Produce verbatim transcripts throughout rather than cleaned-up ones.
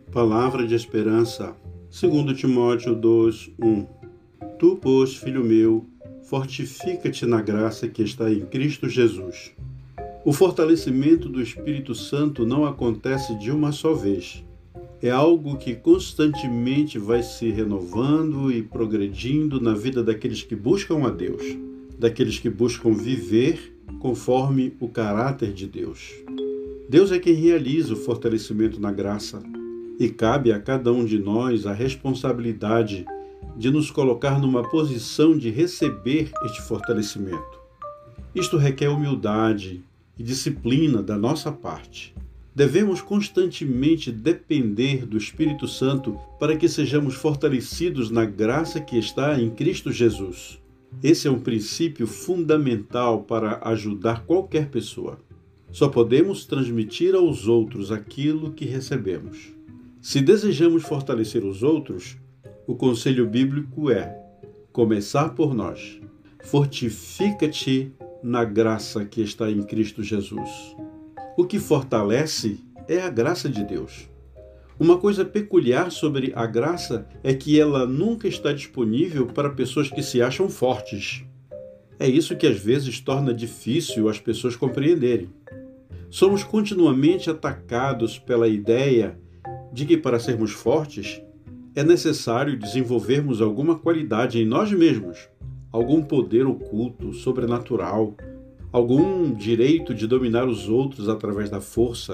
Palavra de esperança, segundo Timóteo dois, um. Tu, pois, filho meu, fortifica-te na graça que está em Cristo Jesus. O fortalecimento do Espírito Santo não acontece de uma só vez. É algo que constantemente vai se renovando e progredindo na vida daqueles que buscam a Deus, daqueles que buscam viver conforme o caráter de Deus. Deus é quem realiza o fortalecimento na graça e cabe a cada um de nós a responsabilidade de nos colocar numa posição de receber este fortalecimento. Isto requer humildade e disciplina da nossa parte. Devemos constantemente depender do Espírito Santo para que sejamos fortalecidos na graça que está em Cristo Jesus. Esse é um princípio fundamental para ajudar qualquer pessoa. Só podemos transmitir aos outros aquilo que recebemos. Se desejamos fortalecer os outros, o conselho bíblico é começar por nós. Fortifica-te na graça que está em Cristo Jesus. O que fortalece é a graça de Deus. Uma coisa peculiar sobre a graça é que ela nunca está disponível para pessoas que se acham fortes. É isso que às vezes torna difícil as pessoas compreenderem. Somos continuamente atacados pela ideia de que para sermos fortes é necessário desenvolvermos alguma qualidade em nós mesmos, algum poder oculto, sobrenatural, algum direito de dominar os outros através da força,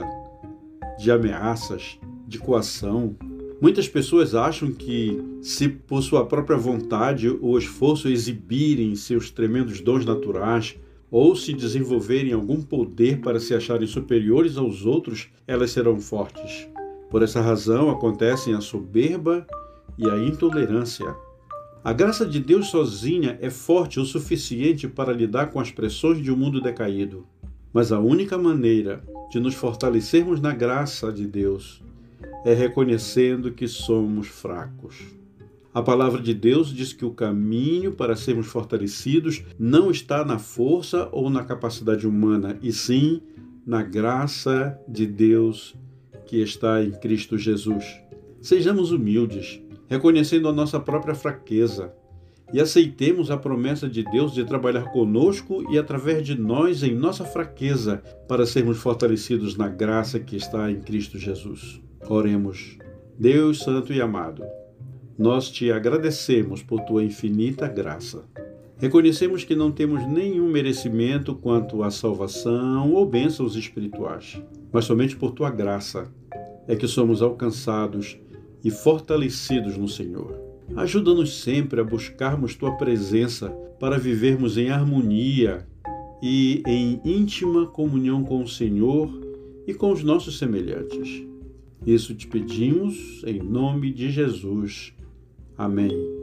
de ameaças, de coação. Muitas pessoas acham que, se por sua própria vontade ou esforço exibirem seus tremendos dons naturais ou se desenvolverem algum poder para se acharem superiores aos outros, elas serão fortes. Por essa razão acontecem a soberba e a intolerância. A graça de Deus sozinha é forte o suficiente para lidar com as pressões de um mundo decaído. Mas a única maneira de nos fortalecermos na graça de Deus é reconhecendo que somos fracos. A palavra de Deus diz que o caminho para sermos fortalecidos não está na força ou na capacidade humana, e sim na graça de Deus que está em Cristo Jesus. Sejamos humildes, reconhecendo a nossa própria fraqueza, e aceitemos a promessa de Deus de trabalhar conosco e através de nós em nossa fraqueza para sermos fortalecidos na graça que está em Cristo Jesus. Oremos. Deus Santo e amado, nós te agradecemos por tua infinita graça. Reconhecemos que não temos nenhum merecimento quanto à salvação ou bênçãos espirituais, mas somente por tua graça é que somos alcançados e fortalecidos no Senhor. Ajuda-nos sempre a buscarmos tua presença para vivermos em harmonia e em íntima comunhão com o Senhor e com os nossos semelhantes. Isso te pedimos em nome de Jesus. Amém.